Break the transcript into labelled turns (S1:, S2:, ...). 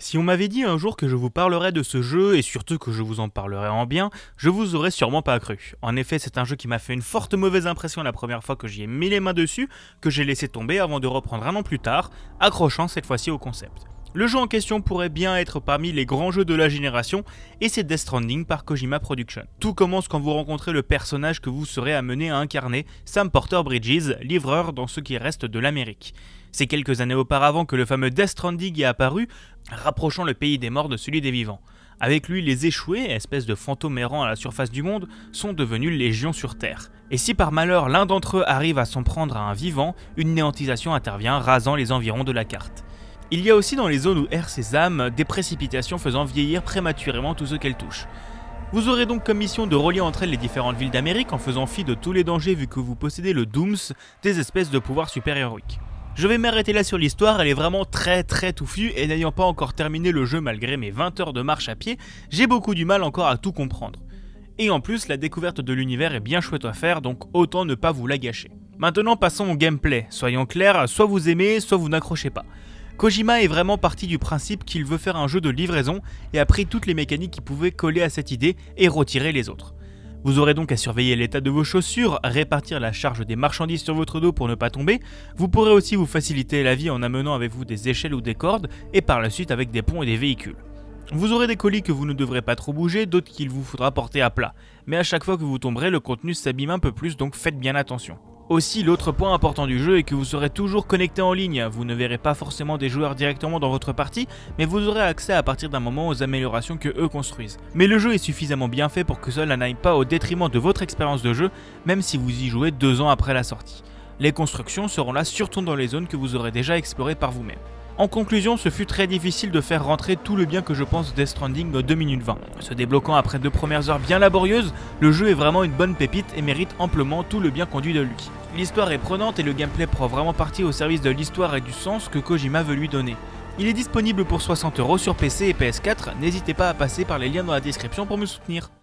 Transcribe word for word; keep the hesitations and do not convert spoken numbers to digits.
S1: Si on m'avait dit un jour que je vous parlerais de ce jeu et surtout que je vous en parlerais en bien, je vous aurais sûrement pas cru. En effet, c'est un jeu qui m'a fait une forte mauvaise impression la première fois que j'y ai mis les mains dessus, que j'ai laissé tomber avant de reprendre un an plus tard, accrochant cette fois-ci au concept. Le jeu en question pourrait bien être parmi les grands jeux de la génération, et c'est Death Stranding par Kojima Productions. Tout commence quand vous rencontrez le personnage que vous serez amené à incarner, Sam Porter Bridges, livreur dans ce qui reste de l'Amérique. C'est quelques années auparavant que le fameux Death Stranding est apparu, rapprochant le pays des morts de celui des vivants. Avec lui, les échoués, espèces de fantômes errants à la surface du monde, sont devenus légion sur Terre. Et si par malheur l'un d'entre eux arrive à s'en prendre à un vivant, une néantisation intervient, rasant les environs de la carte. Il y a aussi dans les zones où errent ces âmes, des précipitations faisant vieillir prématurément tous ceux qu'elles touchent. Vous aurez donc comme mission de relier entre elles les différentes villes d'Amérique en faisant fi de tous les dangers vu que vous possédez le Dooms, des espèces de pouvoirs super-héroïques. Je vais m'arrêter là sur l'histoire, elle est vraiment très très touffue et n'ayant pas encore terminé le jeu malgré mes vingt heures de marche à pied, j'ai beaucoup du mal encore à tout comprendre. Et en plus, la découverte de l'univers est bien chouette à faire, donc autant ne pas vous la gâcher. Maintenant passons au gameplay, soyons clairs, soit vous aimez, soit vous n'accrochez pas. Kojima est vraiment parti du principe qu'il veut faire un jeu de livraison et a pris toutes les mécaniques qui pouvaient coller à cette idée et retirer les autres. Vous aurez donc à surveiller l'état de vos chaussures, répartir la charge des marchandises sur votre dos pour ne pas tomber, vous pourrez aussi vous faciliter la vie en amenant avec vous des échelles ou des cordes et par la suite avec des ponts et des véhicules. Vous aurez des colis que vous ne devrez pas trop bouger, d'autres qu'il vous faudra porter à plat, mais à chaque fois que vous tomberez, le contenu s'abîme un peu plus donc faites bien attention. Aussi, l'autre point important du jeu est que vous serez toujours connecté en ligne, vous ne verrez pas forcément des joueurs directement dans votre partie, mais vous aurez accès à partir d'un moment aux améliorations que eux construisent. Mais le jeu est suffisamment bien fait pour que cela n'aille pas au détriment de votre expérience de jeu, même si vous y jouez deux ans après la sortie. Les constructions seront là surtout dans les zones que vous aurez déjà explorées par vous-même. En conclusion, ce fut très difficile de faire rentrer tout le bien que je pense de Death Stranding dans deux minutes vingt. Se débloquant après deux premières heures bien laborieuses, le jeu est vraiment une bonne pépite et mérite amplement tout le bien conduit de lui. L'histoire est prenante et le gameplay prend vraiment partie au service de l'histoire et du sens que Kojima veut lui donner. Il est disponible pour soixante euros sur P C et P S quatre, n'hésitez pas à passer par les liens dans la description pour me soutenir.